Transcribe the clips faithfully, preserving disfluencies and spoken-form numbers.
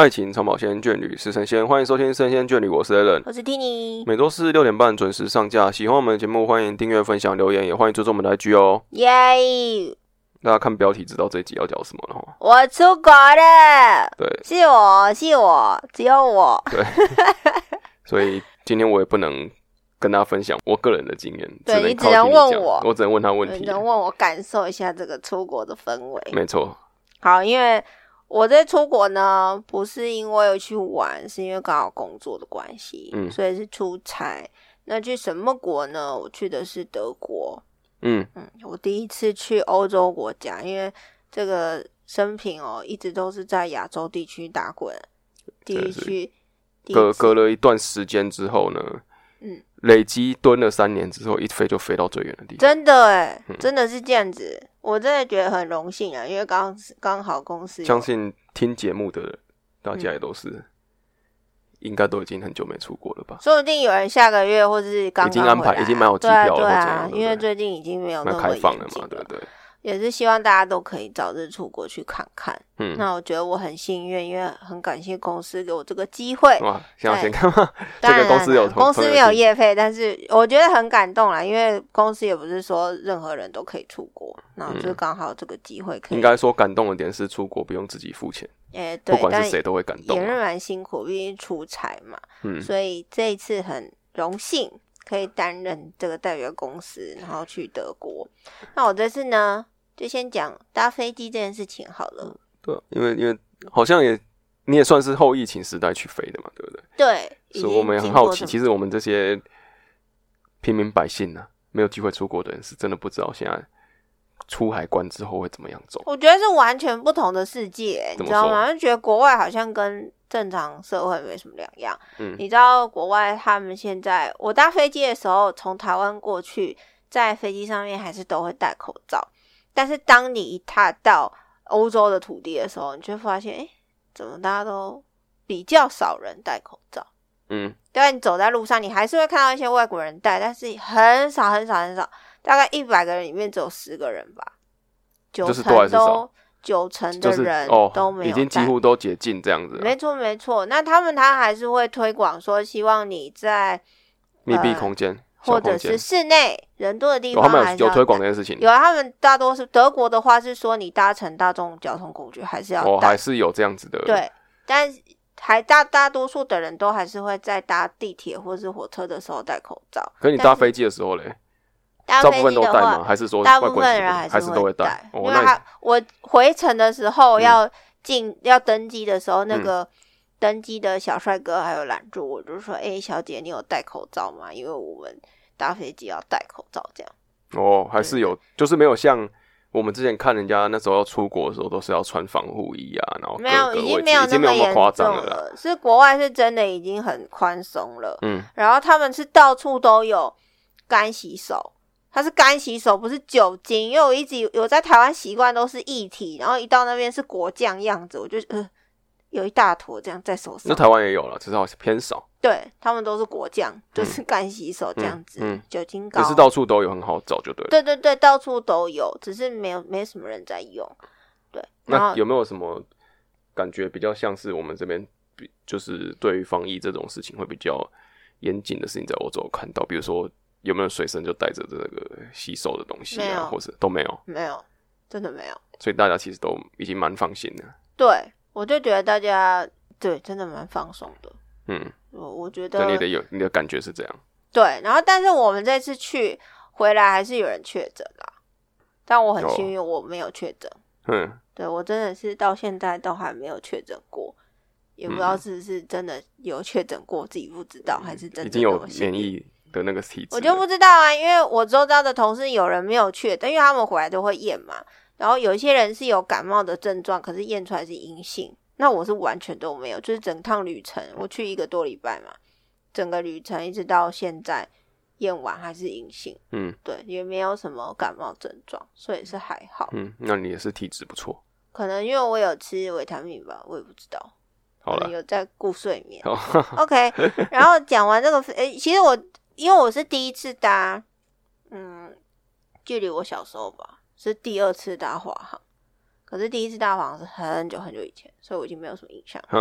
爱情长保鲜，眷侣是神仙。欢迎收听《神仙眷侣》，我是 Alan， 我是 Tini。 每周四六点半准时上架。喜欢我们的节目，欢迎订阅、分享、留言，也欢迎追踪我们的 I G 哦。 耶！ 大家看标题知道这一集要聊什么了哈。 我出国了， 对， 是我是我，只有我。 对，所以今天我也不能跟大家分享我个人的经验， 对，你只只能问我， 我只能问他问题， 你只能问我感受一下这个出国的氛围。 没错。 好，因为我在出国呢，不是因为去玩，是因为刚好工作的关系，嗯，所以是出差。那去什么国呢？我去的是德国。嗯嗯，我第一次去欧洲国家，因为这个生平哦，一直都是在亚洲地区打滚。第一去， 隔隔了一段时间之后呢，嗯，累积蹲了三年之后，一飞就飞到最远的地方。 真的哎、嗯，真的是这样子，我真的觉得很荣幸啊，因为刚刚好公司相信听节目的人，大家也都是。嗯，应该都已经很久没出国了吧？ 说不定有人下个月或是刚刚已经安排，已经买好机票了， 对啊，对啊因为最近已经没有那么开放了嘛，对不对？ 也是希望大家都可以早日出国去看看。嗯，那我觉得我很幸运，因为很感谢公司给我这个机会。 哇，想要先看吗？这个公司有公司没有业配，但是我觉得很感动啦，因为公司也不是说任何人都可以出国，然后就刚好这个机会可以。 应该说感动的点是出国不用自己付钱。 欸、对， 不管是谁都会感动、啊， 也是蛮辛苦，毕竟出差嘛，嗯，所以这一次很荣幸可以担任这个代表公司，然后去德国。那我这次呢，就先讲搭飞机这件事情好了。 对，因为因为好像也你也算是后疫情时代去飞的嘛，对不对？ 对， 所以我们也很好奇，其实我们这些平民百姓啊，没有机会出国的人，是真的不知道现在。出海关之后会怎么样走？ 我觉得是完全不同的世界，你知道吗？就觉得国外好像跟正常社会没什么两样。嗯，你知道国外他们现在，我搭飞机的时候，从台湾过去，在飞机上面还是都会戴口罩。但是当你一踏到欧洲的土地的时候，你就会发现，哎，怎么大家都比较少人戴口罩？嗯，对，你走在路上，你还是会看到一些外国人戴，但是很少很少很少。大概一百个人里面只有十个人吧，九成都九成的人都没有、 就是哦、已经几乎都解禁这样子、啊。 没错没错，那他们他还是会推广说，希望你在密闭空间、呃、 或者是室内人多的地方还是要、 哦、他们有推广这件事情。 有啊，他们大多是德国的话是说，你搭乘大众交通工具还是要戴， 哦，还是有这样子的。 对，但还大大多数的人都还是会在搭地铁或是火车的时候戴口罩。 可是你搭飞机的时候嘞？大部分都戴吗？还是说大部分人还是还是都会戴？ 因为他我回程的时候要进、嗯、要登机的时候，那个登机的小帅哥还有拦住我，就说：“哎、欸，小姐，你有戴口罩吗？因为我们搭飞机要戴口罩。”这样哦，还是有，就是没有像我们之前看人家那时候要出国的时候，都是要穿防护衣啊，然后没有，已经没有那么严重了。是国外是真的已经很宽松了，嗯，然后他们是到处都有干洗手。它是干洗手，不是酒精，因为我一直有在台湾习惯都是液体，然后一到那边是果酱样子，我就呃有一大坨这样在手上。 那台湾也有了，只是好像偏少。 对，他们都是果酱，就是干洗手这样子，嗯嗯、酒精膏。 只是到处都有，很好找就对了。 对对对，到处都有，只是没有没什么人在用。对， 那有没有什么感觉比较像是我们这边，就是对于防疫这种事情会比较严谨的事情，在欧洲看到，比如说。有没有随身就带着这个洗手的东西啊，或者都没有？ 没有，真的没有。 所以大家其实都已经蛮放心的。 对，我就觉得大家对真的蛮放松的。嗯，我我觉得你的有你的感觉是这样。 对，然后但是我们这次去回来还是有人确诊啦，但我很幸运我没有确诊。嗯，对我真的是到现在都还没有确诊过，也不知道是不是真的有确诊过，自己不知道，还是真的已经有免疫。的那个体质我就不知道啊，因为我周遭的同事有人没有确诊，因为他们回来都会验嘛，然后有一些人是有感冒的症状，可是验出来是阴性，那我是完全都没有，就是整趟旅程我去一个多礼拜嘛，整个旅程一直到现在验完还是阴性，嗯，对，也没有什么感冒症状，所以是还好。 嗯，那你也是体质不错， 可能因为我有吃维他命吧，我也不知道。 好了， 有在顾睡眠。OK， 然后讲完这个，诶、欸，其实我。因为我是第一次搭，嗯，距离我小时候吧是第二次搭华航，可是第一次搭华航是很久很久以前，所以我已经没有什么印象。嗯，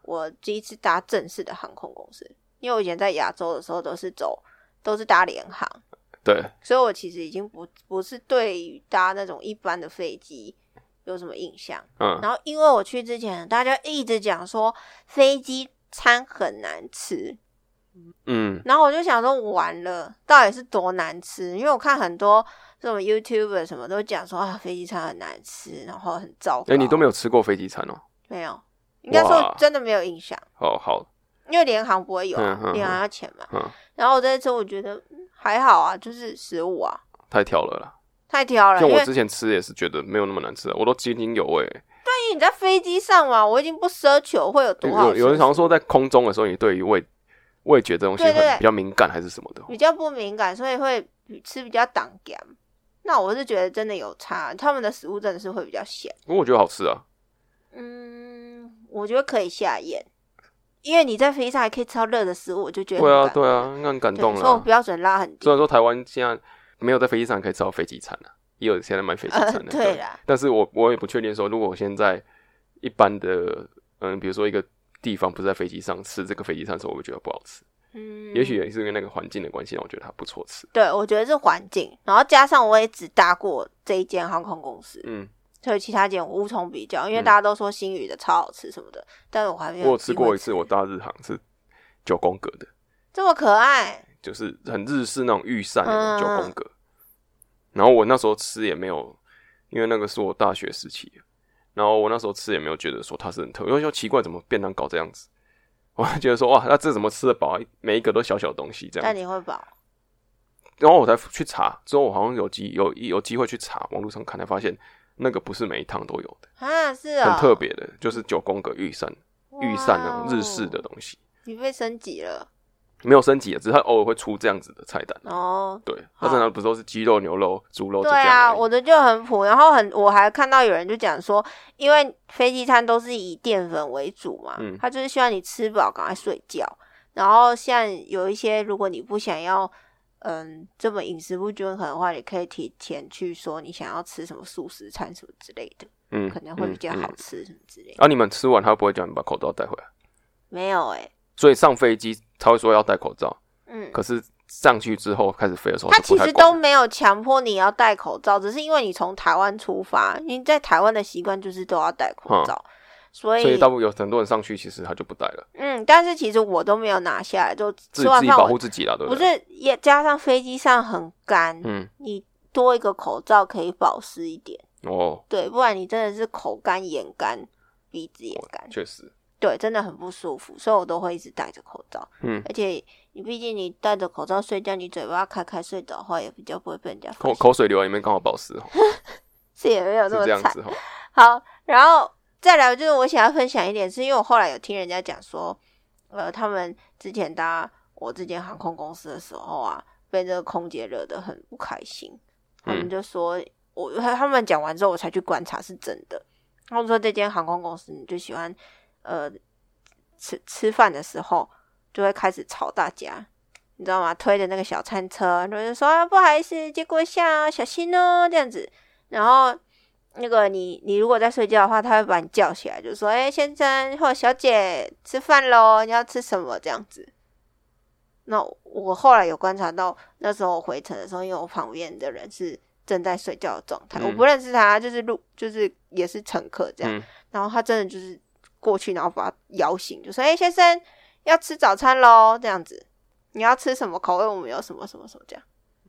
我第一次搭正式的航空公司，因为我以前在亚洲的时候都是走都是搭联航， 对， 所以我其实已经不不是对于搭那种一般的飞机有什么印象。嗯，然后因为我去之前，大家一直讲说飞机餐很难吃，嗯，然后我就想说完了，到底是多难吃？因为我看很多这种 YouTuber 什么都讲说啊，飞机餐很难吃，然后很糟糕。 哎、欸，你都没有吃过飞机餐哦？ 没有，应该说真的没有印象。 哦，好， 因为联航不会有啊，联航要钱嘛。嗯，然后我这一次我觉得还好啊，就是食物啊， 太挑了啦， 太挑了。 像我之前吃也是觉得没有那么难吃，我都津津有味。 对，因为你在飞机上嘛，我已经不奢求会有多好吃。 有有人常说在空中的时候，你对于味味觉这东西很比较敏感还是什么的？ 比较不敏感，所以会吃比较挡咸。那我是觉得真的有差，他们的食物真的是会比较咸。 不过我觉得好吃啊。 嗯，我觉得可以下咽，因为你在飞机上还可以吃到热的食物，我就觉得对啊对啊，应该很感动了。 所以我标准拉很低。 虽然说台湾现在没有在飞机上可以吃到飞机餐啊，也有现在卖飞机餐的、呃， 对啦。 但是我我也不确定说，如果我现在一般的嗯，比如说一个地方不是在飞机上吃这个飞机餐的时候，我会觉得不好吃。嗯，也许也是因为那个环境的关系，让我觉得它不错吃。 对，我觉得是环境，然后加上我也只搭过这一间航空公司，嗯，所以其他间我无从比较，因为大家都说星宇的超好吃什么的，嗯、但是我还没有。 我有吃过一次，我搭日航是九宫格的， 这么可爱， 就是很日式那种御膳那种九宫格、嗯。然后我那时候吃也没有，因为那个是我大学时期，然后我那时候吃也没有觉得说它是很特别，因为说奇怪怎么便当搞这样子。我还觉得说哇，那这怎么吃得饱、啊？每一个都小小的东西这样。 但你会饱？ 然后我才去查，之后我好像有机有有机会去查，网络上看才发现那个不是每一趟都有的啊，是啊、哦， 很特别的，就是九宫格御膳，御膳那种日式的东西。 你被升级了？ 没有升级了，只是它偶尔会出这样子的菜单哦。对，它正常不是都是鸡肉、牛肉、猪肉？ 对啊，我的就很普，然后很我还看到有人就讲说，因为飞机餐都是以淀粉为主嘛，嗯，他就是希望你吃饱赶快睡觉。然后像有一些，如果你不想要嗯这么饮食不均衡的话，你可以提前去说你想要吃什么素食餐什么之类的，嗯，可能会比较好吃什么之类的。 嗯嗯、啊，你们吃完他会不会叫你把口罩带回来？ 没有哎、欸。 所以上飞机他会说要戴口罩，嗯，可是上去之后开始飞的时候， 他其实都没有强迫你要戴口罩，只是因为你从台湾出发，你在台湾的习惯就是都要戴口罩，嗯、所以所以大部分有很多人上去其实他就不戴了， 嗯，但是其实我都没有拿下来，就吃完饭自己保护自己啦，对不对？ 不是，也加上飞机上很干，嗯，你多一个口罩可以保湿一点哦，对，不然你真的是口干、眼干、鼻子也干， 确实。 对，真的很不舒服，所以我都会一直戴着口罩。嗯，而且你毕竟你戴着口罩睡觉，你嘴巴开开睡着的话，也比较不会被人家口口水流里面刚好保湿哦。 是也没有那么惨。 这样子哦。 好，然后再来就是我想要分享一点，是因为我后来有听人家讲说，呃，他们之前搭我这间航空公司的时候啊，被这个空姐惹得很不开心。他们就说，嗯、我他们讲完之后，我才去观察是真的。他们说这间航空公司你就喜欢。呃，吃吃饭的时候就会开始吵大家，你知道吗？推着那个小餐车，然后就说啊，不好意思，借过一下，小心哦，这样子。然后那个你你如果在睡觉的话，他会把你叫起来，就说：“哎、欸，先生或小姐，吃饭咯，你要吃什么？”这样子。那我后来有观察到，那时候我回程的时候，因为我旁边的人是正在睡觉的状态、嗯，我不认识他，就是路就是也是乘客这样、嗯，然后他真的就是过去，然后把他摇醒，就说：“哎、欸，先生，要吃早餐咯，这样子，你要吃什么口味？我们有什么什么什么这样。”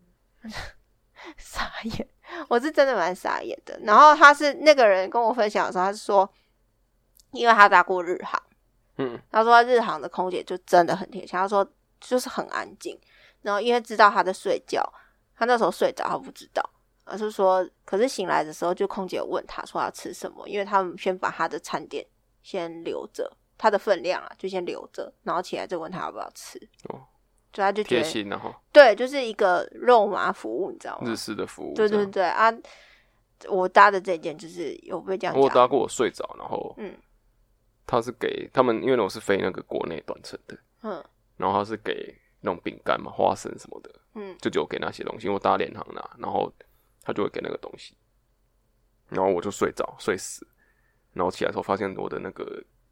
傻眼，我是真的蛮傻眼的。然后他是那个人跟我分享的时候，他是说，因为他搭过日航，嗯，他说日航的空姐就真的很贴心，他说就是很安静，然后因为知道他在睡觉，他那时候睡着，他不知道，而是说，可是醒来的时候，就空姐问他说要吃什么，因为他们先把他的餐点先留着，他的分量啊就先留着，然后起来就问他要不要吃。哦。所以他就觉得贴心，然后对，就是一个肉麻服务，你知道吗？ 日式的服务， 对对对啊！我搭的这件就是有被这样讲， 我搭过，我睡着，然后嗯，他是给他们，因为我是飞那个国内短程的，嗯，然后他是给那种饼干嘛、花生什么的，嗯，就只有给那些东西。我搭联航啦，然后他就会给那个东西，然后我就睡着睡死，然后起来的时候发现我的那个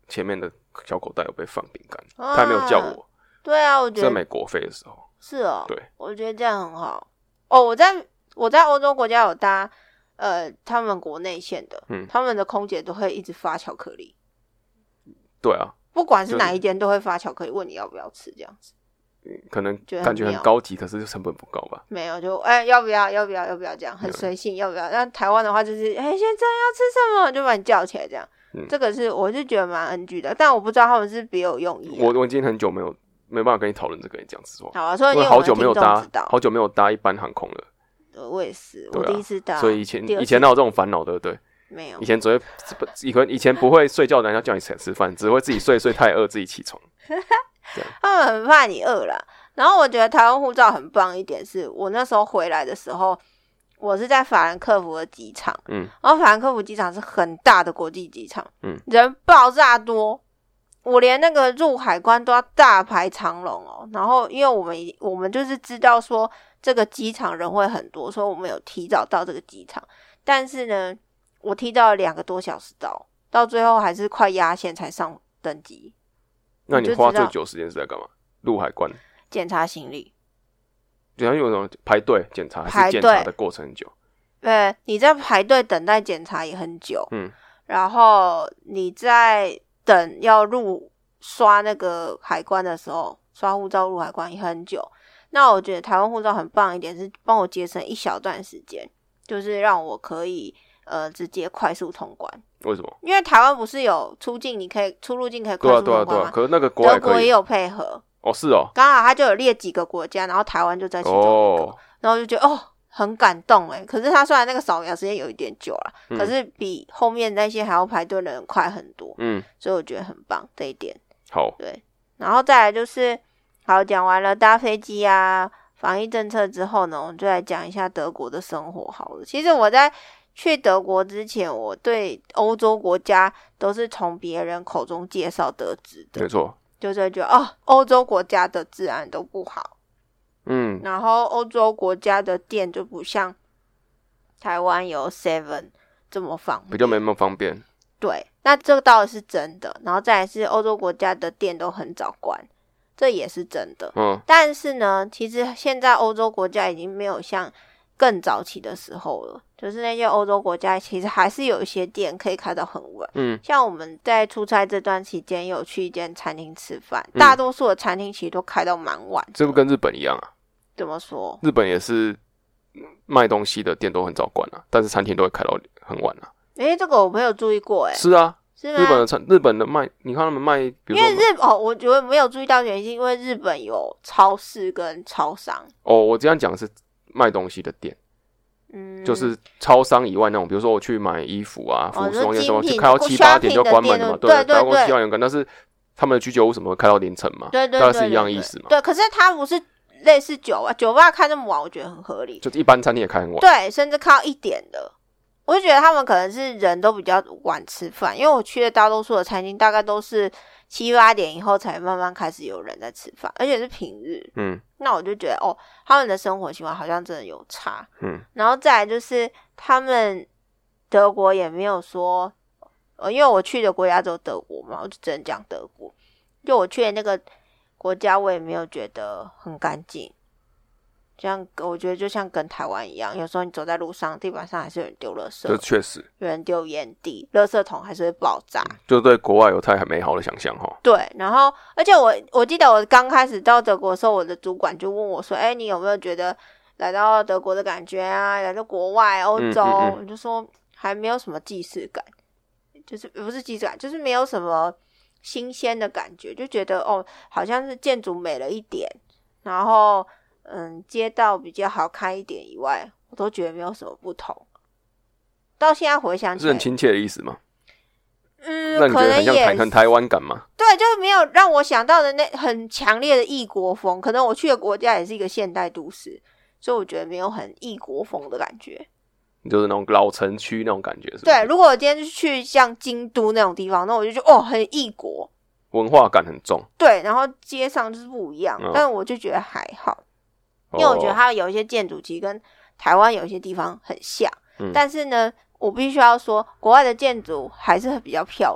前面的小口袋有被放饼干，啊，他还没有叫我。 对啊，我觉得在美国飞的时候。 是哦， 对， 我觉得这样很好。哦，我在我在欧洲国家有搭呃他们国内线的，嗯，他们的空姐都会一直发巧克力。 对啊， 不管是哪一间都会发巧克力，问你要不要吃这样子。 可能感觉很高级，可是成本不高吧？ 没有，就哎、欸、要不要要不要要不要这样，很随性，要不要？那台湾的话就是哎、欸、现在要吃什么就把你叫起来这样。嗯、这个是我是觉得蛮 N G 的，但我不知道他们是别有用意、啊。 我我已经很久没有没办法跟你讨论这个，你这样子说。 好啊，所以因为好久没有搭，好久没有搭一般航空了。 呃，我也是，我第一次搭， 所以以前以前哪有这种烦恼，对不对？ 没有， 以前只会以前以前不会睡觉的人要叫你起来吃饭，只会自己睡睡太饿自己起床。 他们很怕你饿啦。然后我觉得台湾护照很棒一点是，我那时候回来的时候，我是在法兰克福的机场，嗯，然后法兰克福机场是很大的国际机场，嗯，人爆炸多，我连那个入海关都要大排长龙哦。然后因为我们我们就是知道说这个机场人会很多，所以我们有提早到这个机场，但是呢，我提早了两个多小时到，到最后还是快压线才上登机。 那你花最久时间是在干嘛？入海关。 检查行李， 对啊，因为什么排队检查，还是检查的过程很久。 对，你在排队等待检查也很久，嗯，然后你在等要入刷那个海关的时候，刷护照入海关也很久。那我觉得台湾护照很棒一点是帮我节省一小段时间，就是让我可以呃直接快速通关。 为什么？ 因为台湾不是有出境，你可以出入境可以快速通关吗？ 对啊，对啊，对啊。可是那个国外可以， 德国也有配合。 哦，是哦， 刚好他就有列几个国家，然后台湾就在其中一个，哦、然后就觉得哦很感动哎。可是他虽然那个扫描时间有一点久了，嗯、可是比后面那些还要排队的人快很多，嗯，所以我觉得很棒这一点。 好， 对，然后再来就是好讲完了搭飞机啊、防疫政策之后呢，我们就来讲一下德国的生活好了。其实我在去德国之前，我对欧洲国家都是从别人口中介绍得知的， 没错。 就是觉得哦，欧洲国家的治安都不好，嗯，然后欧洲国家的店就不像台湾有 seven 这么方便， 比较没那么方便。 对，那这个倒是真的。然后再来是欧洲国家的店都很早关，这也是真的。嗯，但是呢，其实现在欧洲国家已经没有像更早期的时候了，就是那些欧洲国家其实还是有一些店可以开到很晚。嗯，像我们在出差这段期间有去一间餐厅吃饭，嗯、大多数的餐厅其实都开到蛮晚。 这不跟日本一样啊？ 怎么说？ 日本也是卖东西的店都很早关啊，但是餐厅都会开到很晚啊。 诶、欸，这个我没有注意过、欸，诶， 是啊。 是吗？ 日本的餐，日本的卖，你看他们卖，比如说因为日哦，我觉得没有注意到原因，是因为日本有超市跟超商。 哦，我这样讲是卖东西的店，嗯，就是超商以外那种，比如说我去买衣服啊、服装业什么，就开到七八点就关门了嘛，对，开到七八点关，但是他们的居酒屋什么开到凌晨嘛， 对对对， 大概是一样意思嘛。 对，可是它不是类似酒吧，酒吧开那么晚，我觉得很合理， 就一般餐厅也开很晚， 对，甚至开到一点的。我就觉得他们可能是人都比较晚吃饭，因为我去的大多数的餐厅大概都是七八点以后才慢慢开始有人在吃饭，而且是平日。嗯，那我就觉得哦，他们的生活习惯好像真的有差。嗯，然后再来就是他们德国也没有说，呃，因为我去的国家只有德国嘛，我就只能讲德国。就我去的那个国家，我也没有觉得很干净。像我觉得就像跟台湾一样，有时候你走在路上，地板上还是有人丢垃圾， 这确实有人丢烟蒂，垃圾桶还是会爆炸， 就对国外有太美好的想象齁。 对，然后而且我我记得我刚开始到德国的时候，我的主管就问我说：“哎、欸，你有没有觉得来到德国的感觉啊？来到国外欧洲？”嗯嗯嗯，我就说还没有什么既视感，就是不是既视感，就是没有什么新鲜的感觉，就觉得哦，好像是建筑美了一点，然后。嗯，街道比较好看一点以外，我都觉得没有什么不同。到现在回想起来， 是很亲切的意思吗？ 嗯， 那你觉得很像台很台湾感吗？ 对，就是没有让我想到的那很强烈的异国风。可能我去的国家也是一个现代都市，所以我觉得没有很异国风的感觉。 就是那种老城区那种感觉是不是？ 对，如果我今天去像京都那种地方，那我就觉得哦，很异国， 文化感很重。 对，然后街上就是不一样，嗯、但我就觉得还好。因为我觉得它有一些建筑其实跟台湾有一些地方很像，嗯、但是呢，我必须要说，国外的建筑还是比较漂亮。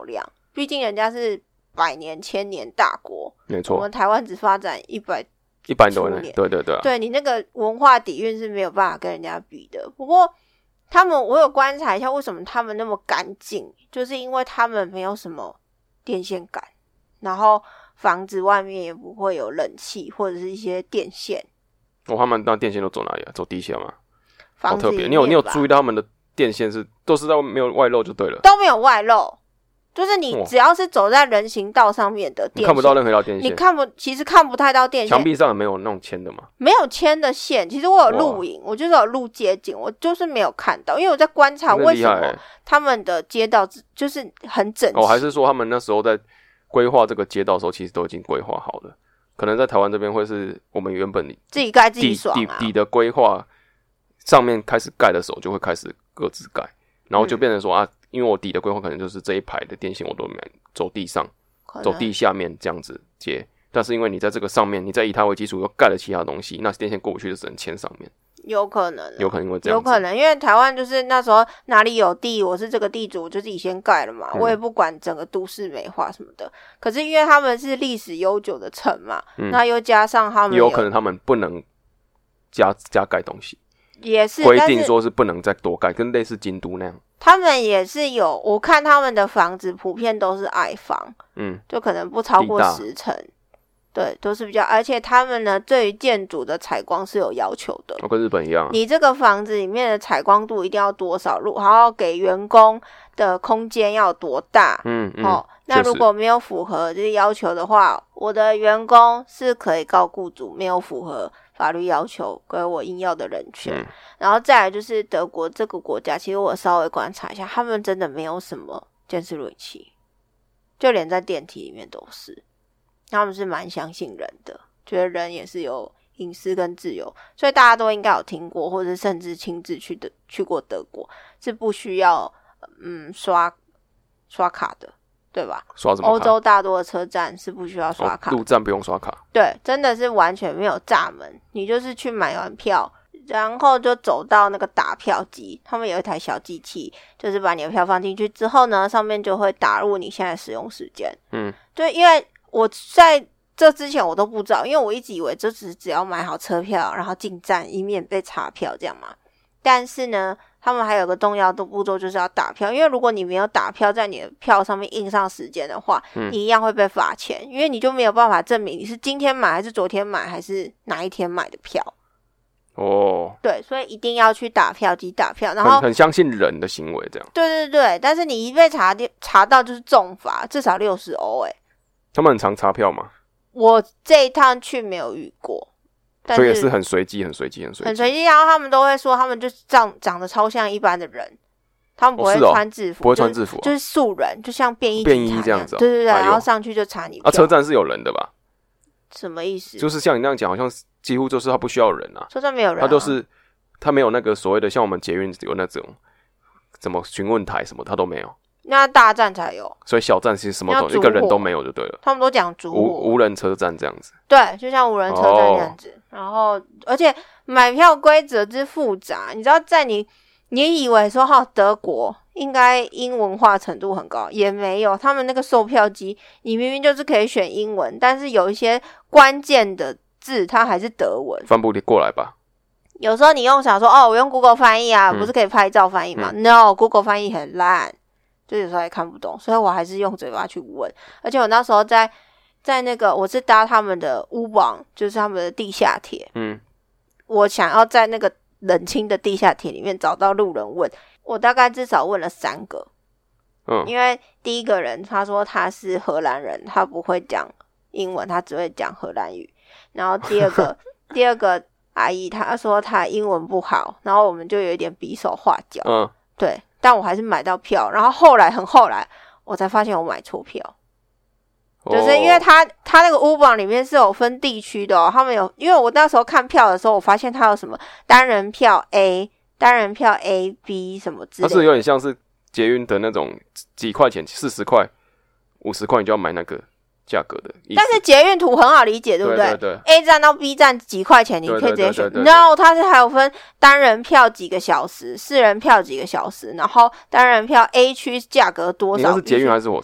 毕竟人家是百年千年大国， 没错， 我们台湾只发展一百一百多年，对对对、啊， 对你那个文化底蕴是没有办法跟人家比的。不过他们，我有观察一下，为什么他们那么干净，就是因为他们没有什么电线杆，然后房子外面也不会有冷气或者是一些电线。 哦，他们那电线都走哪里啊？走地下吗？ 好特别，你有你有注意到他们的电线是都是在没有外露就对了， 都没有外露。就是你只要是走在人行道上面的电线， 你看不到任何一条电线， 你看不，其实看不太到电线。 墙壁上也没有那种牵的吗？ 没有牵的线。其实我有录影，我就是有录街景，我就是没有看到，因为我在观察为什么他们的街道就是很整齐。 哦，还是说他们那时候在规划这个街道的时候，其实都已经规划好了？可能在台湾这边会是我们原本自己盖自己爽啊，底底的规划上面开始盖的时候，就会开始各自盖，然后就变成说、嗯、啊。因为我底的规划可能就是这一排的电线我都没走地上，走地下面这样子接，但是因为你在这个上面，你再以它为基础又盖了其他东西，那电线过不去就只能牵上面。 有可能， 有可能因为这样子， 有可能因为台湾就是那时候哪里有地，我是这个地主，我就自己先盖了嘛、嗯，我也不管整个都市美化什么的。可是因为他们是历史悠久的城嘛，嗯、那又加上他们有，有可能他们不能加加盖东西， 也是规定说是不能再多盖，跟类似京都那样。 他们也是有，我看他们的房子普遍都是矮房，嗯，就可能不超过十层，对，都是比较，而且他们呢对于建筑的采光是有要求的， 跟日本一样、啊。 你这个房子里面的采光度一定要多少路，然后给员工的空间要多大，嗯嗯，哦，那如果没有符合这些要求的话，我的员工是可以告雇主没有符合法律要求给我应要的人权、嗯、然后再来就是德国这个国家，其实我稍微观察一下，他们真的没有什么监视录影器，就连在电梯里面都是，他们是蛮相信人的，觉得人也是有隐私跟自由，所以大家都应该有听过，或者甚至亲自去的去过德国，是不需要嗯刷刷卡的，对吧？ 刷什么卡？ 欧洲大多的车站是不需要刷卡、 哦、路站不用刷卡。 对，真的是完全没有闸门，你就是去买完票，然后就走到那个打票机，他们有一台小机器，就是把你的票放进去之后呢，上面就会打入你现在使用时间。嗯，对，因为我在这之前我都不知道，因为我一直以为这只是只要买好车票，然后进站以免被查票这样嘛。但是呢，他们还有个重要的步骤，就是要打票，因为如果你没有打票，在你的票上面印上时间的话、嗯、你一样会被罚钱，因为你就没有办法证明你是今天买还是昨天买还是哪一天买的票。哦，对，所以一定要去打票机打票，然后很, 很相信人的行为这样。 对对对，但是你一被查查到就是重罚，至少六十欧诶。 他们很常查票吗？ 我这一趟去没有遇过。 所以也是很随机很随机很随机很随机，然后他们都会说他们就长长得超像一般的人，他们不会穿制服、 哦哦、不会穿制服、啊、 就是素人，就像便衣便衣这样子、哦、 对对对、哎、然后上去就查你票。 啊，车站是有人的吧？ 什么意思？ 就是像你那样讲，好像几乎就是他不需要人啊， 车站没有人、啊、 他都是他没有那个所谓的像我们捷运有那种什么询问台什么他都没有， 那大站才有， 所以小站其实什么都一个人都没有就对了。 他们都讲逐无无人车站这样子， 对，就像无人车站这样子。哦、然后，而且买票规则之复杂，你知道，在你你以为说哈德国应该英文化程度很高，也没有。他们那个售票机，你明明就是可以选英文，但是有一些关键的字它还是德文， 翻不过来吧？ 有时候你用想说哦，我用 Google 翻译啊、嗯，不是可以拍照翻译吗、嗯、？No，Google 翻译很烂。就有时候也看不懂，所以我还是用嘴巴去问。而且我那时候在在那个我是搭他们的 U-Bahn， 就是他们的地下铁。嗯，我想要在那个冷清的地下铁里面找到路人问，我大概至少问了三个。嗯，因为第一个人他说他是荷兰人，他不会讲英文，他只会讲荷兰语。然后第二个第二个阿姨她说她英文不好，然后我们就有一点比手画脚。嗯，对。但我还是买到票，然后后来很后来我才发现我买错票、哦、就是因为他他那个 U-Bahn 里面是有分地区的哦，他们有，因为我那时候看票的时候我发现他有什么单人票 A 单人票 A、B 什么之类的， 它是有点像是捷运的那种几块钱四十块五十块你就要买那个价格的， 但是捷运图很好理解，对不对？ 对对对 A 站到 B 站几块钱，你可以直接选。然后它是还有分单人票几个小时，四人票几个小时，然后单人票 A 区价格多少？ 你那是捷运还是火车？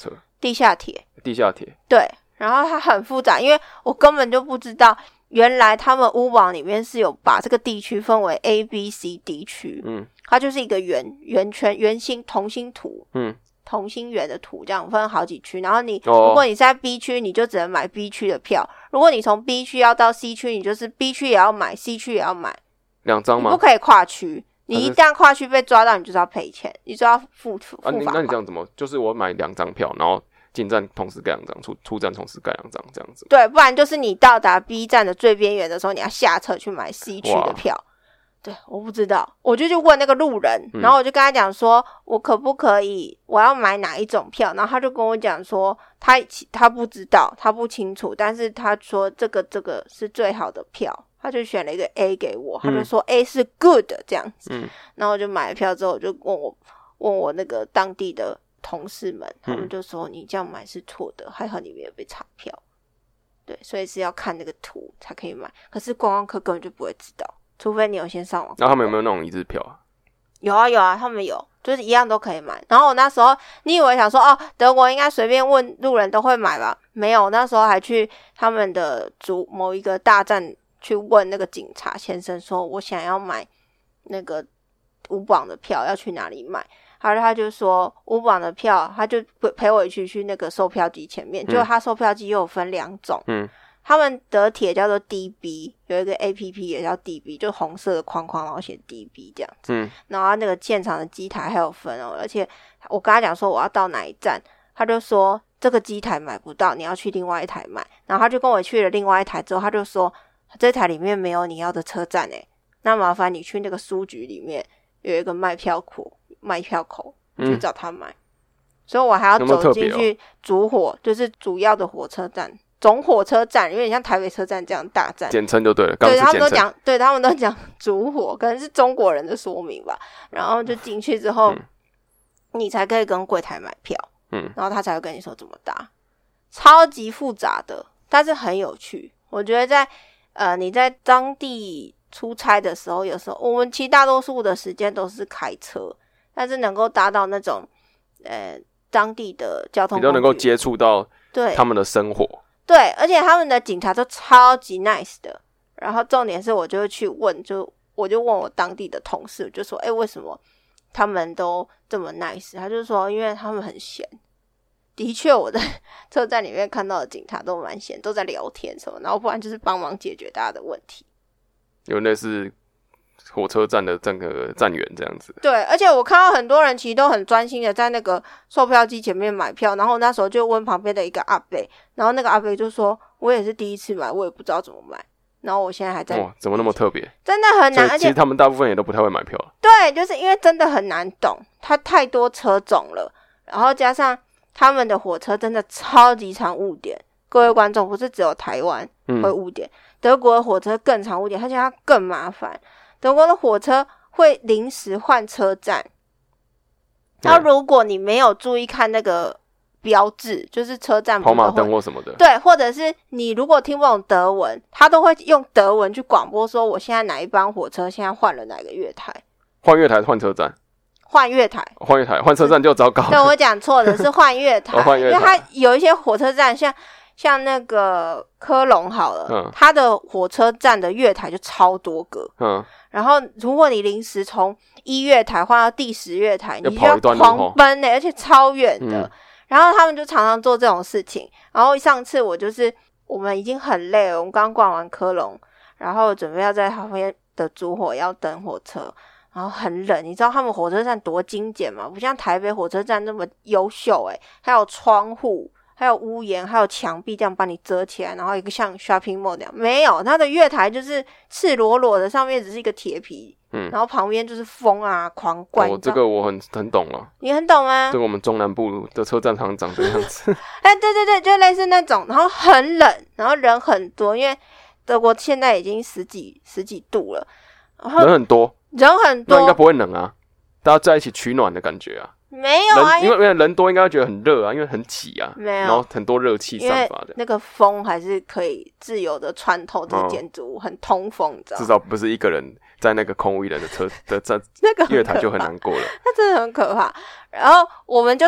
地下铁， 地下铁， 对，然后它很复杂，因为我根本就不知道，原来他们 Uber 里面是有把这个地区分为 A、B、C、D 区，嗯，它就是一个圆圆圈、圆心同心图，嗯，同心圆的图，这样分好几区，然后你、哦、如果你是在 B 区，你就只能买 B 区的票，如果你从 B 区要到 C 区，你就是 B 区也要买 C 区也要买， 两张吗？ 你不可以跨区，你一旦跨区被抓到，你就是要赔钱，你就要付付啊！ 罚。 那你这样怎么？就是我买两张票，然后进站同时盖两张，出出站同时盖两张，这样子。 对，不然就是你到达 B 站的最边缘的时候，你要下车去买 C 区的票。对，我不知道，我就去问那个路人，然后我就跟他讲说，我可不可以，我要买哪一种票？然后他就跟我讲说，他他不知道，他不清楚，但是他说这个这个是最好的票。他就选了一个 A 给我，他就说 A 是 good 这样子，嗯、然后我就买了票之后，我就问我问我那个当地的同事们，他们就说你这样买是错的，还好你没有被查票，对，所以是要看那个图才可以买。可是观光客根本就不会知道，除非你有先上网。 那他们有没有那种一日票啊？ 有啊有啊，他们有，就是一样都可以买。然后我那时候，你以为想说哦，德国应该随便问路人都会买吧？没有，那时候还去他们的主某一个大站。去问那个警察先生说，我想要买那个五磅的票，要去哪里买？然后他就说五磅的票，他就陪我一起去那个售票机前面。结果他售票机又有分两种，嗯，他们德铁叫做 D B， 有一个 A P P 也叫 D B， 就红色的框框，然后写 D B 这样子。嗯，然后他那个现场的机台还有分哦，而且我跟他讲说我要到哪一站，他就说这个机台买不到，你要去另外一台买。然后他就跟我去了另外一台之后，他就说。这台里面没有你要的车站诶，那麻烦你去那个书局里面有一个卖票口，卖票口去找他买。嗯、所以我还要走进去主火，哦、就是主要的火车站，总火车站，有点像台北车站这样大站， 简称就对了。 对，他们都讲，对他们都讲主火，可能是中国人的说明吧。然后就进去之后，嗯、你才可以跟柜台买票，嗯，然后他才会跟你说怎么搭，超级复杂的，但是很有趣。我觉得在。呃，你在当地出差的时候，有时候我们其实大多数的时间都是开车，但是能够达到那种呃当地的交通工具， 比较能够接触到对他们的生活， 对，而且他们的警察都超级 nice 的。然后重点是，我就会去问，就我就问我当地的同事，就说，哎，为什么他们都这么 nice？ 他就说，因为他们很闲。的确，我在车站里面看到的警察都蛮闲，都在聊天什么，然后不然就是帮忙解决大家的问题。 有类似火车站的整个站员这样子。 对，而且我看到很多人其实都很专心的在那个售票机前面买票，然后那时候就问旁边的一个阿伯，然后那个阿伯就说：“我也是第一次买，我也不知道怎么买。”然后我现在还在。 哇，怎么那么特别？ 真的很难，而且其实他们大部分也都不太会买票。 对，就是因为真的很难懂，它太多车种了，然后加上。他们的火车真的超级常误点，各位观众，不是只有台湾会误点，嗯、德国的火车更常误点，而且它更麻烦。德国的火车会临时换车站，那如果你没有注意看那个标志，就是车站跑马灯或什么的， 对，或者是你如果听不懂德文，他都会用德文去广播说，我现在哪一班火车现在换了哪个月台， 换月台换车站。 换月台， 换月台，换车站就糟糕了。 对，我讲错的是换月台， 哦、换月台， 因为它有一些火车站，像像那个科隆好了，嗯，它的火车站的月台就超多个，嗯，然后如果你临时从一月台换到第十月台，你就要狂奔呢、欸，而且超远的、嗯。然后他们就常常做这种事情。然后上次我就是我们已经很累了，我们刚逛完科隆，然后准备要在旁边的主火要等火车。然后很冷，你知道他们火车站多精简吗？不像台北火车站那么优秀诶，还有窗户，还有屋檐，还有墙壁这样帮你遮起来，然后一个像 shopping mall 那样。没有，它的月台就是赤裸裸的，上面只是一个铁皮，嗯，然后旁边就是风啊狂灌。 哦，这个我很很懂了。 你很懂吗？ 这个我们中南部的车站常常长这样子。 哎，对对对，就类似那种，然后很冷，然后人很多，因为德国现在已经十几十几度了，然后人很多。 人很多， 那应该不会冷啊，大家在一起取暖的感觉啊。 没有啊， 因为因为人多，应该会觉得很热啊，因为很挤啊， 没有， 然后很多热气散发的。 那个风还是可以自由的穿透这建筑物，哦、很通风，你知道吗？ 至少不是一个人在那个空无一人的车的站，那个月台就很难过了。 那真的很可怕。然后我们就是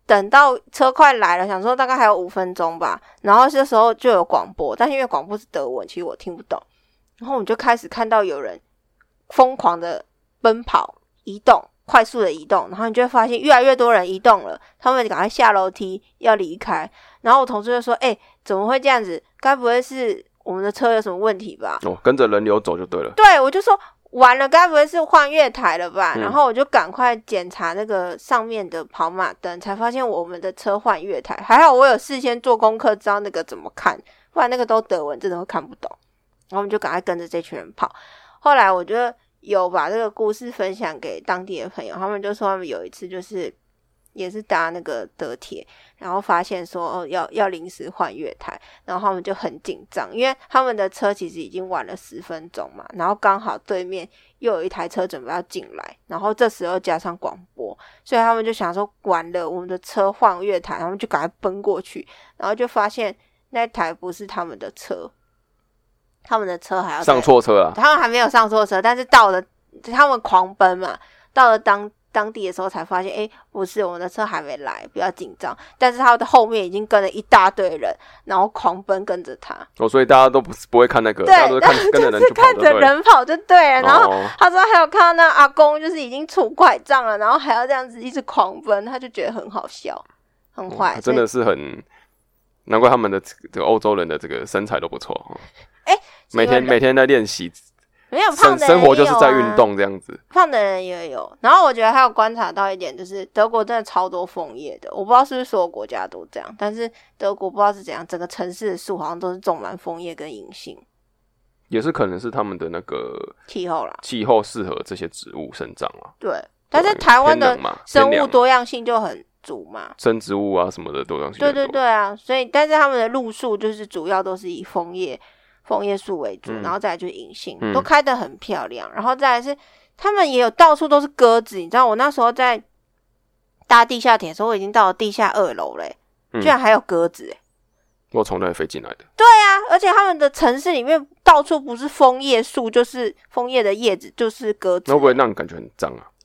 等到车快来了，想说大概还有五分钟吧，然后这时候就有广播，但是因为广播是德文，其实我听不懂。然后我们就开始看到有人疯狂的奔跑、移动，快速的移动，然后你就会发现越来越多人移动了，他们赶快下楼梯要离开。然后我同事就说：“哎、欸，怎么会这样子？该不会是我们的车有什么问题吧？” 哦，跟着人流走就对了。 对，我就说。完了，该不会是换月台了吧、嗯、然后我就赶快检查那个上面的跑马灯，才发现我们的车换月台。还好我有事先做功课，知道那个怎么看，不然那个都德文真的会看不懂。然后我们就赶快跟着这群人跑。后来我就有把这个故事分享给当地的朋友，他们就说他们有一次就是也是搭那个德铁，然后发现说哦要要临时换月台，然后他们就很紧张，因为他们的车其实已经晚了十分钟嘛，然后刚好对面又有一台车准备要进来，然后这时候加上广播，所以他们就想说完了，我们的车换月台，他们就赶快奔过去，然后就发现那台不是他们的车，他们的车还要上错车啊， 他们还没有上错车，但是到了他们狂奔嘛，到了当当地的时候才发现，哎，不是，我们的车还没来，不要紧张。但是他的后面已经跟了一大堆人，然后狂奔跟着他。 哦，所以大家都不不会看那个， 对， 大家都是看跟着人就跑就对了， 就是看着人跑就对了。然后他说还有看到那阿公，就是已经拄拐杖了，然后还要这样子一直狂奔，他就觉得很好笑，很坏、 哦，真的是很，难怪他们的这个欧洲人的这个身材都不错哦。 哎， 每天每天在练习。 没有胖的人也有、啊、 生活就是在运动这样子， 胖的人也有。然后我觉得还有观察到一点，就是德国真的超多枫叶的。我不知道是不是所有国家都这样，但是德国不知道是怎样，整个城市的树好像都是种满枫叶跟银杏。 也是可能是他们的那个气候啦， 气候适合这些植物生长啊。 对，但是台湾的生物多样性就很足嘛， 生植物啊什么的多样性。 对对对啊，所以但是他们的路树就是主要都是以枫叶。枫叶树为主，然后再来就是银杏、嗯、都开得很漂亮，然后再来是他们也有到处都是鸽子，你知道我那时候在搭地下铁的时候，我已经到了地下二楼嘞、嗯，居然还有鸽子诶， 我从那里飞进来的。 对啊，而且他们的城市里面到处不是枫叶树，就是枫叶的叶子，就是鸽子。 那会不会让你感觉很脏啊？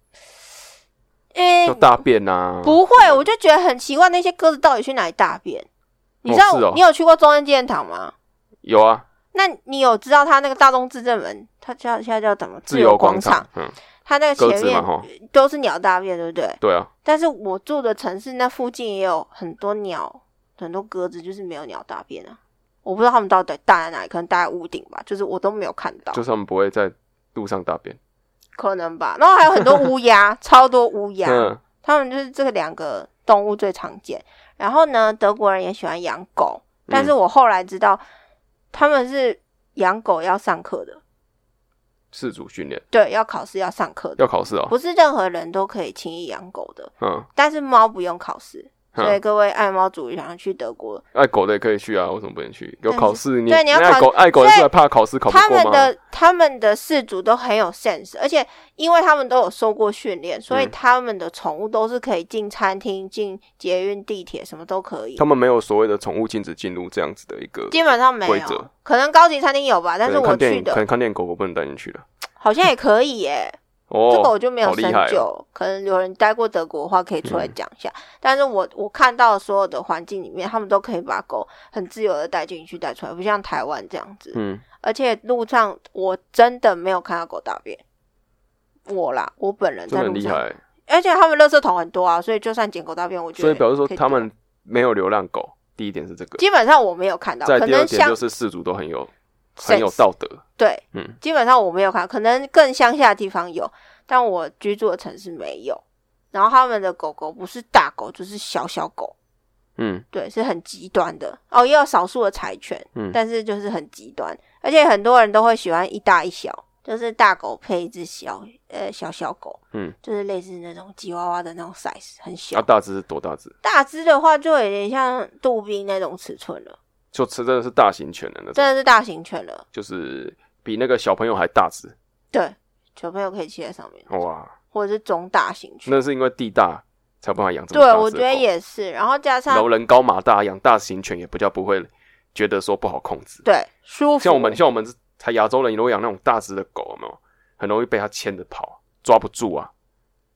诶、 要大便啊？ 不会，我就觉得很奇怪，那些鸽子到底去哪里大便？你知道、 哦哦、 你有去过中央纪念堂吗？ 有啊， 那你有知道他那个大东至正门，他叫现在叫什么？ 自由广场。 嗯，他那个前面都是鸟大便，对不对？ 对啊。 但是我住的城市那附近也有很多鸟，很多鸽子，就是没有鸟大便啊。我不知道他们到底大在哪里，可能大在屋顶吧，就是我都没有看到。 就是他们不会在路上大便， 可能吧。然后还有很多乌鸦，超多乌鸦、嗯，他们就是这两个动物最常见。然后呢，德国人也喜欢养狗，但是我后来知道。嗯，他们是养狗要上课的， 饲主训练， 对，要考试要上课的， 要考试哦， 不是任何人都可以轻易养狗的， 嗯，但是猫不用考试，所以各位爱猫主想要去德国， 爱狗的也可以去啊，为什么不能去？有考试，你对你要考爱狗，爱狗的是怕考试考不过吗？ 他们的他们的饲主都很有 sense， 而且因为他们都有受过训练，所以他们的宠物都是可以进餐厅、进捷运、地铁，什么都可以。 他们没有所谓的宠物禁止进入这样子的一个， 基本上没有，可能高级餐厅有吧，但是我去的可能看电影狗狗不能带进去的， 好像也可以耶。哦，这个我就没有深究、哦，可能有人待过德国的话可以出来讲一下。嗯、但是我我看到所有的环境里面，他们都可以把狗很自由的带进去、带出来，不像台湾这样子。嗯，而且路上我真的没有看到狗大便，我啦，我本人在路上， 真的很厉害。 而且他们垃圾桶很多啊，所以就算捡狗大便，我觉得所以表示说他们没有流浪狗。第一点是这个， 基本上我没有看到。 再第二点就是饲主都很有。很有道德， 对，嗯，基本上我没有看，可能更乡下的地方有，但我居住的城市没有。然后他们的狗狗不是大狗，就是小小狗，嗯，对，是很极端的哦，也有少数的柴犬，嗯，但是就是很极端，而且很多人都会喜欢一大一小，就是大狗配一只小呃小小狗，嗯，就是类似那种吉娃娃的那种 size， 很小。 啊，大只是多大只？ 大只的话就有点像杜宾那种尺寸了。 就真的是大型犬的那种， 真的是大型犬了， 就是比那个小朋友还大只。 对，小朋友可以骑在上面。 哇， 或者是中大型犬， 那是因为地大才有办法养这么大只的狗。 对，我觉得也是。然后加上楼人高马大，养大型犬也比较不会觉得说不好控制。 对，舒服。 像我们像我们才亚洲人，如果养那种大只的狗，有没有很容易被它牵着跑，抓不住啊。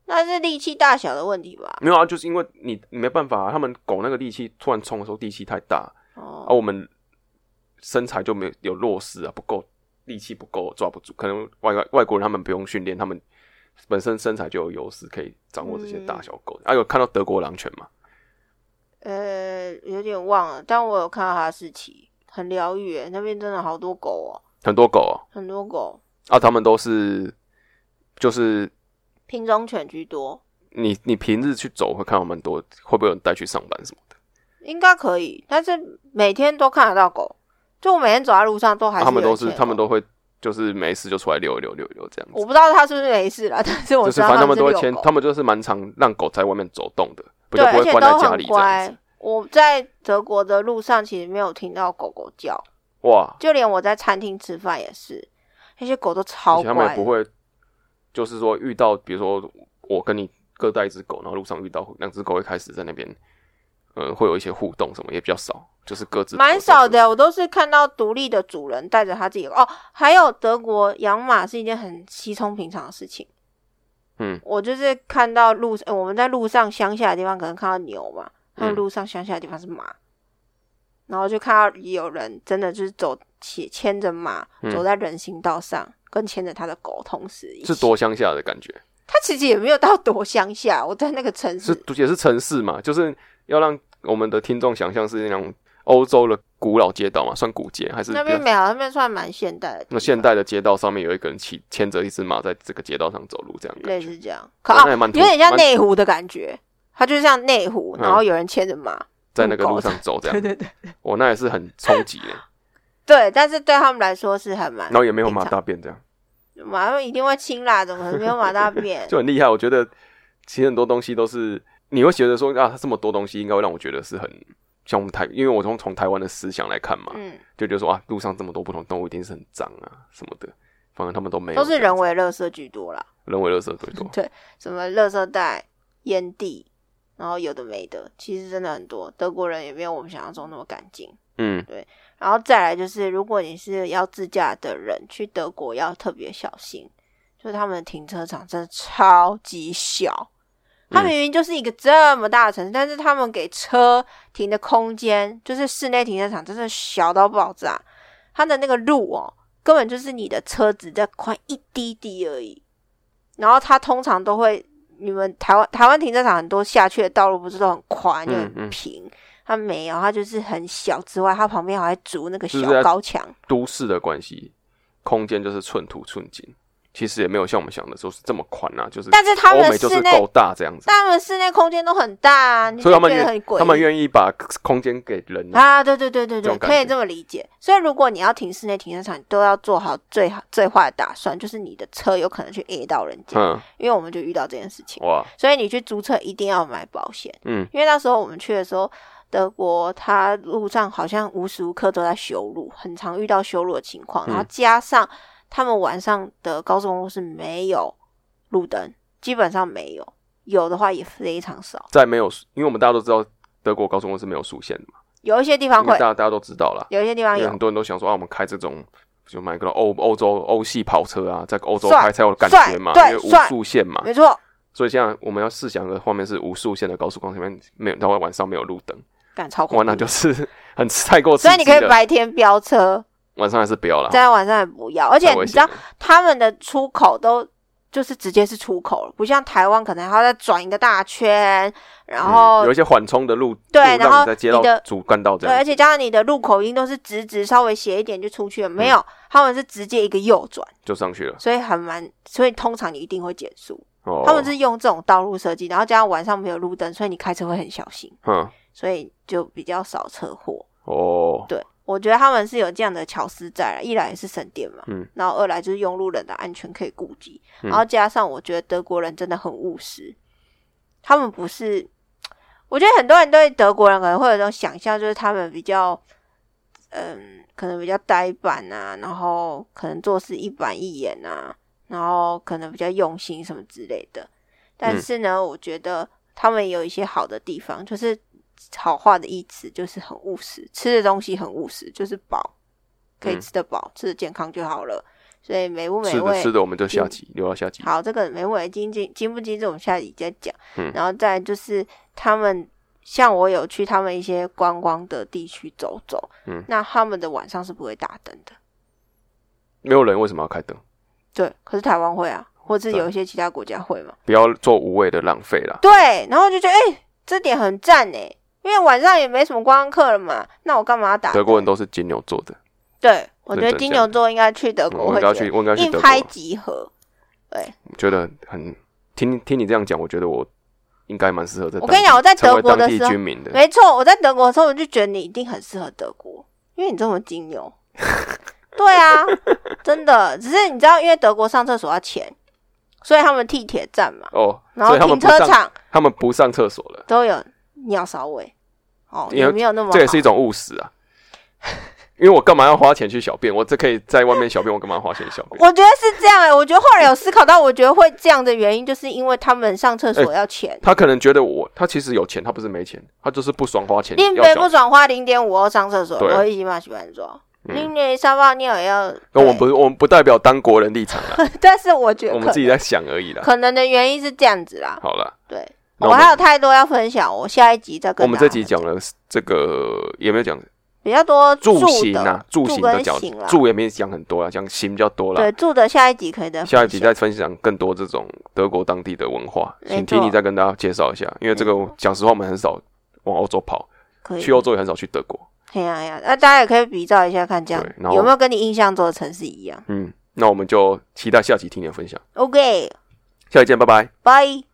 那是力气大小的问题吧？ 没有啊，就是因为你你没办法、啊，他们狗那个力气突然冲的时候力气太大，哦，啊我们身材就没有有弱势啊，不够力气不够抓不住，可能外外国人他们不用训练，他们本身身材就有优势，可以掌握这些大小狗。嗯、啊，有看到德国狼犬吗？ 呃，有点忘了，但我有看到哈士奇，很疗愈诶，那边真的好多狗哦， 很多狗哦， 很多狗啊，他们都是就是品种犬居多。 你你平日去走会看到蛮多，会不会有人带去上班什么的？ 应该可以，但是每天都看得到狗，就我每天走在路上都还是有、啊、 他们都是他们都会就是没事就出来溜一溜溜一溜这样子。 我不知道他是不是没事啦，但是我知道他们是遛狗，就是反正他们都会牵， 他们就是蛮常让狗在外面走动的，比较不会关在家里这样子。 我在德国的路上其实没有听到狗狗叫， 哇！ 就连我在餐厅吃饭也是，那些狗都超乖的。 他们也不会，就是说遇到，比如说我跟你各带一只狗，然后路上遇到两只狗会开始在那边，呃，会有一些互动什么，也比较少，就是各自蛮少的。我都是看到独立的主人带着他自己的哦。还有德国养马是一件很稀松平常的事情。嗯，我就是看到路，呃、我们在路上乡下的地方可能看到牛嘛。他们路上乡下的地方是马、嗯，然后就看到有人真的就是走牵着马、嗯、走在人行道上，跟牵着他的狗同时一起。 是多乡下的感觉？ 他其实也没有到多乡下，我在那个城市是也是城市嘛，就是要让我们的听众想象是那种欧洲的古老街道嘛，算古街还是？ 那边没有，那边算蛮现代的。 那现代的街道上面有一个人骑牵着一只马在这个街道上走路，这样类似这样，可啊，有点像内湖的感觉。它就像内湖，然后有人牵着马、嗯、 在那个路上走，这样。对对对，我、哦、那也是很冲击耶。 对，但是对他们来说是很蛮。 然后也没有马大便这样。 马一定会亲啦，怎么可能没有马大便？ 就很厉害，我觉得其实很多东西都是你会觉得说啊，这么多东西应该会让我觉得是很像我们台，因为我从从台湾的思想来看嘛，嗯，就觉得说啊，路上这么多不同动物一定是很脏啊什么的，反正他们都没有， 都是人为垃圾居多啦。 人为垃圾最多。 对，什么垃圾袋、烟蒂。然后有的没的，其实真的很多。德国人也没有我们想象中那么干净。嗯，对。然后再来就是，如果你是要自驾的人，去德国要特别小心，就是他们的停车场真的超级小。它明明就是一个这么大的城市，嗯、但是他们给车停的空间，就是室内停车场，真的小到爆炸。它的那个路哦，根本就是你的车子再宽一滴滴而已。然后它通常都会。你们台湾台湾停车场很多下去的道路不是都很宽又很平、嗯嗯，它没有，它就是很小之外，它旁边还筑那个小高墙。 都市的关系，空间就是寸土寸金，其实也没有像我们想的说是这么宽啊，就是但是他们就是够大这样子， 但他们室内空间都很大啊，你所以他们觉得很诡异， 他们愿意把空间给人啊，对对对对对，可以这么理解。所以如果你要停室内停车场，你都要做好最好最坏的打算，就是你的车有可能去 A 到人家、嗯，因为我们就遇到这件事情。哇！所以你去租车一定要买保险，嗯，因为那时候我们去的时候，德国它路上好像无时无刻都在修路，很常遇到修路的情况，然后加上他们晚上的高速公路是没有路灯，基本上没有，有的话也非常少。 在没有，因为我们大家都知道德国高速公路是没有速限的嘛。 有一些地方会， 大家大家都知道啦， 有一些地方有， 很多人都想说啊，我们开这种就买个欧欧洲欧系跑车啊，在欧洲开才有感觉嘛，因为无速限嘛， 没错。 所以现在我们要试想的画面是无速限的高速公路里面没有，然后晚上没有路灯， 干超恐怖， 哇，那就是很太过刺激了。 所以你可以白天飙车， 晚上还是不要啦， 在晚上也不要。而且你知道他们的出口都就是直接是出口了，不像台湾可能还要再转一个大圈，然后、 嗯、有一些缓冲的路， 对， 路然后在接到主干道这样， 对，而且加上你的路口音都是直直，稍微斜一点就出去了，没有、嗯，他们是直接一个右转就上去了， 所以很蛮，所以通常你一定会减速、哦。他们是用这种道路设计，然后加上晚上没有路灯，所以你开车会很小心，嗯，所以就比较少车祸。哦，对。我觉得他们是有这样的巧思在啦，一来也是省电嘛，嗯，然后二来就是用路人的安全可以顾及、嗯，然后加上我觉得德国人真的很务实，他们不是，我觉得很多人对德国人可能会有一种想象，就是他们比较，嗯，可能比较呆板啊，然后可能做事一板一眼啊，然后可能比较用心什么之类的，但是呢，嗯、我觉得他们有一些好的地方，就是。好话的意思就是很务实，吃的东西很务实，就是饱，可以吃得饱、嗯，吃得健康就好了。 所以美不美味是的，是的，我们就下集留到下集。 好，这个美不美味精精精不精致，我们下集再讲。嗯，然后再来就是他们，像我有去他们一些观光的地区走走，嗯，那他们的晚上是不会打灯的。 没有人为什么要开灯？ 对，可是台湾会啊，或者是有一些其他国家会嘛。 不要做无谓的浪费啦。 对，然后就觉得哎、欸，这点很赞哎。因为晚上也没什么观光客了嘛，那我干嘛要打？ 德国人都是金牛座的， 对，我觉得金牛座应该去德国， 我应该去，我应该去德国一拍即合。对， 觉得很听听你这样讲，我觉得我应该蛮适合在。 我跟你讲，我在德国的时候， 的没错，我在德国的时候，我就觉得你一定很适合德国，因为你这么金牛。对啊，真的，只是你知道，因为德国上厕所要钱，所以他们地铁站嘛， 哦， 然后停车场他们不上厕所了， 都有尿骚味。哦，也没有那么好， 这也是一种务实啊。因为我干嘛要花钱去小便？我这可以在外面小便，我干嘛要花钱小便？ 我觉得是这样哎、欸，我觉得后来有思考到，我觉得会这样的原因，就是因为他们上厕所要钱、欸。 他可能觉得我，他其实有钱，他不是没钱，他就是不爽花钱。 你没不爽花零点五欧上厕所，我一起嘛喜欢说。零点三包尿也要。 那我们不是，我们不代表当国人立场啊。 但是我觉得我们自己在想而已啦。 可能的原因是这样子啦。 好了， 对。我, 我还有太多要分享，我下一集再跟大家。 我们这集讲了这个也没有讲比较多住行啊，住行的角度， 住也没讲很多啦，讲行比较多啦。 对，住的下一集可以再下一集再分享更多这种德国当地的文化，请听你再跟大家介绍一下，因为这个讲实话我们很少往欧洲跑，去欧洲也很少去德国。 哎呀呀，那大家也可以比照一下看，这样有没有跟你印象中的城市一样？ 嗯，那我们就期待下集听你的分享。 OK， 下期见，拜拜， 拜。